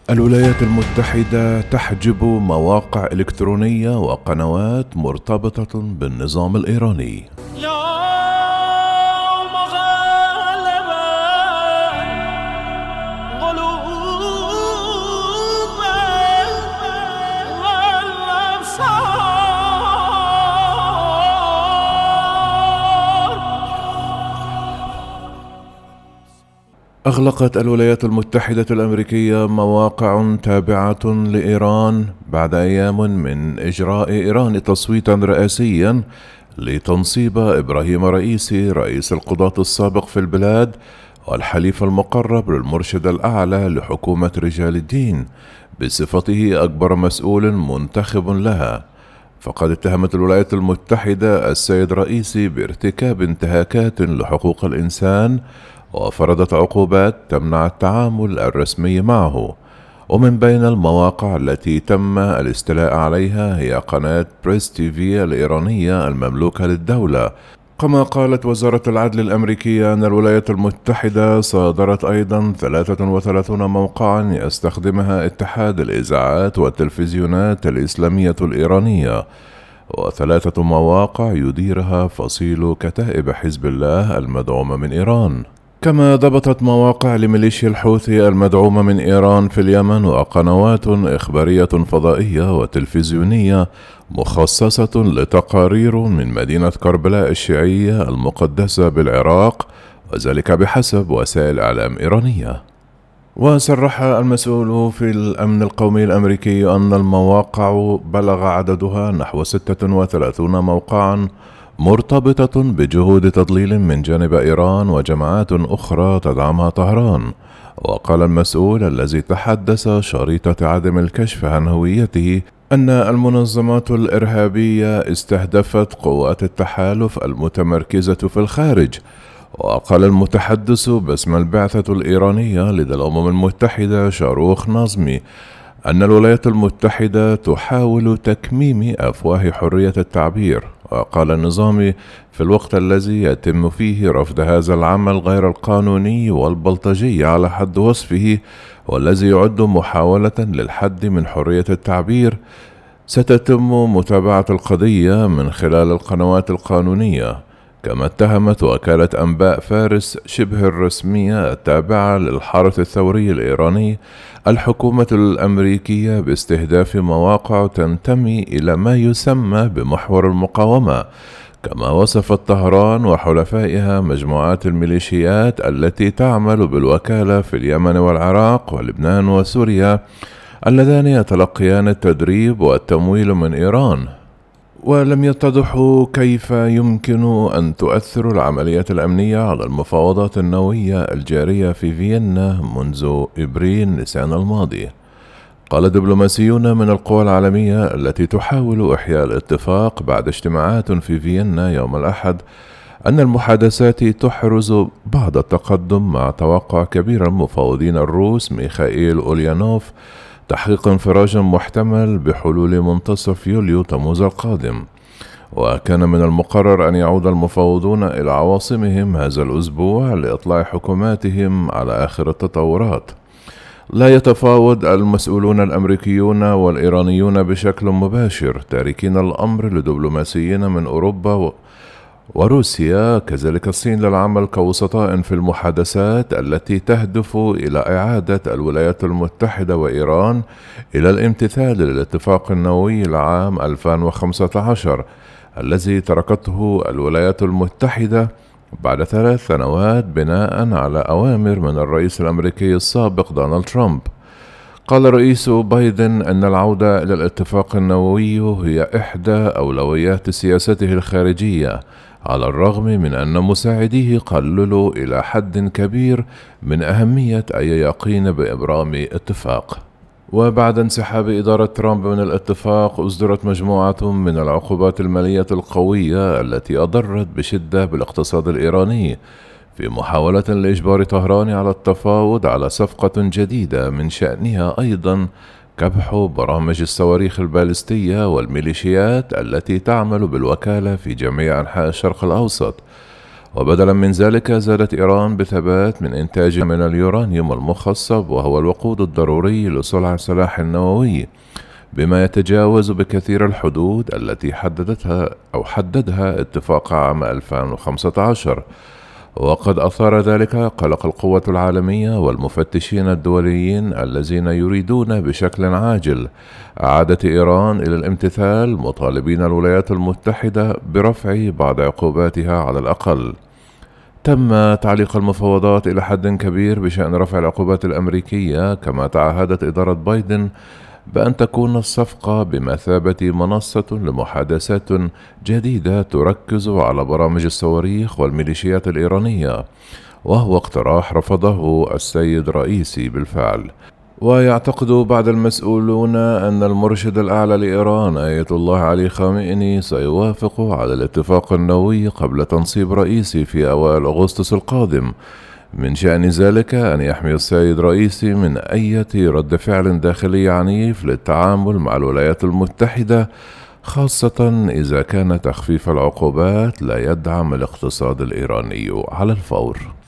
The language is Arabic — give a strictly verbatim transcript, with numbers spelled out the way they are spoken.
الولايات المتحدة تحجب مواقع إلكترونية وقنوات مرتبطة بالنظام الإيراني. أغلقت الولايات المتحدة الأمريكية مواقع تابعة لإيران بعد أيام من إجراء إيران تصويتا رئاسيا لتنصيب إبراهيم رئيسي رئيس القضاة السابق في البلاد والحليف المقرب للمرشد الأعلى لحكومة رجال الدين بصفته أكبر مسؤول منتخب لها. فقد اتهمت الولايات المتحدة السيد رئيسي بارتكاب انتهاكات لحقوق الإنسان وفرضت عقوبات تمنع التعامل الرسمي معه. ومن بين المواقع التي تم الاستيلاء عليها هي قناة بريس تي في الإيرانية المملوكة للدولة. كما قالت وزارة العدل الأمريكية أن الولايات المتحدة صادرت أيضا ثلاثة وثلاثين موقعا يستخدمها اتحاد الإذاعات والتلفزيونات الإسلامية الإيرانية، وثلاثة مواقع يديرها فصيل كتائب حزب الله المدعومة من إيران. كما ضبطت مواقع لميليشيا الحوثي المدعومة من إيران في اليمن وقنوات إخبارية فضائية وتلفزيونية مخصصة لتقارير من مدينة كربلاء الشيعية المقدسة بالعراق، وذلك بحسب وسائل إعلام إيرانية. وصرح المسؤول في الأمن القومي الأمريكي أن المواقع بلغ عددها نحو ستة وثلاثين موقعا مرتبطة بجهود تضليل من جانب إيران وجماعات أخرى تدعمها طهران. وقال المسؤول الذي تحدث شريطة عدم الكشف عن هويته أن المنظمات الإرهابية استهدفت قوات التحالف المتمركزة في الخارج. وقال المتحدث باسم البعثة الإيرانية لدى الأمم المتحدة شاروخ نظمي أن الولايات المتحدة تحاول تكميم أفواه حرية التعبير. وقال النظامي في الوقت الذي يتم فيه رفض هذا العمل غير القانوني والبلطجي على حد وصفه، والذي يعد محاولة للحد من حرية التعبير، ستتم متابعة القضية من خلال القنوات القانونية. كما اتهمت وكالة أنباء فارس شبه الرسمية التابعة للحرس الثوري الإيراني الحكومة الأمريكية باستهداف مواقع تنتمي إلى ما يسمى بمحور المقاومة. كما وصفت طهران وحلفائها مجموعات الميليشيات التي تعمل بالوكالة في اليمن والعراق ولبنان وسوريا اللذان يتلقيان التدريب والتمويل من إيران. ولم يتضح كيف يمكن أن تؤثر العمليات الأمنية على المفاوضات النووية الجارية في فيينا منذ إبريل نيسان الماضي. قال دبلوماسيون من القوى العالمية التي تحاول إحياء الاتفاق بعد اجتماعات في فيينا يوم الأحد أن المحادثات تحرز بعض التقدم مع توقع كبير المفاوضين الروس ميخائيل أوليانوف تحقيق انفراج محتمل بحلول منتصف يوليو تموز القادم. وكان من المقرر أن يعود المفاوضون إلى عواصمهم هذا الأسبوع لإطلاع حكوماتهم على آخر التطورات. لا يتفاوض المسؤولون الأمريكيون والإيرانيون بشكل مباشر، تاركين الأمر لدبلوماسيين من أوروبا وروسيا كذلك الصين للعمل كوسطاء في المحادثات التي تهدف إلى إعادة الولايات المتحدة وإيران إلى الامتثال للاتفاق النووي العام ألفين وخمسة عشر الذي تركته الولايات المتحدة بعد ثلاث سنوات بناء على أوامر من الرئيس الأمريكي السابق دونالد ترامب. قال رئيس بايدن أن العودة إلى الاتفاق النووي هي إحدى أولويات سياسته الخارجية، على الرغم من أن مساعديه قللوا إلى حد كبير من أهمية أي يقين بإبرام اتفاق. وبعد انسحاب إدارة ترامب من الاتفاق، أصدرت مجموعة من العقوبات المالية القوية التي أضرت بشدة بالاقتصاد الإيراني، في محاولة لإجبار طهران على التفاوض على صفقة جديدة من شأنها أيضا كبح برامج الصواريخ البالستية والميليشيات التي تعمل بالوكالة في جميع أنحاء الشرق الأوسط. وبدلا من ذلك زادت إيران بثبات من إنتاج من اليورانيوم المخصب، وهو الوقود الضروري لصنع السلاح النووي، بما يتجاوز بكثير الحدود التي حددتها أو حددها اتفاق عام ألفين وخمسة عشر. وقد أثار ذلك قلق القوى العالمية والمفتشين الدوليين الذين يريدون بشكل عاجل إعادة إيران إلى الامتثال، مطالبين الولايات المتحدة برفع بعض عقوباتها على الأقل. تم تعليق المفاوضات إلى حد كبير بشأن رفع العقوبات الأمريكية، كما تعهدت إدارة بايدن بأن تكون الصفقة بمثابة منصة لمحادثات جديدة تركز على برامج الصواريخ والميليشيات الإيرانية، وهو اقتراح رفضه السيد رئيسي بالفعل. ويعتقد بعض المسؤولون أن المرشد الأعلى لإيران آية الله علي خامنئي سيوافق على الاتفاق النووي قبل تنصيب رئيسي في أوائل أغسطس القادم. من شأن ذلك أن يحمي السيد رئيسي من أي رد فعل داخلي عنيف للتعامل مع الولايات المتحدة، خاصة إذا كان تخفيف العقوبات لا يدعم الاقتصاد الإيراني على الفور.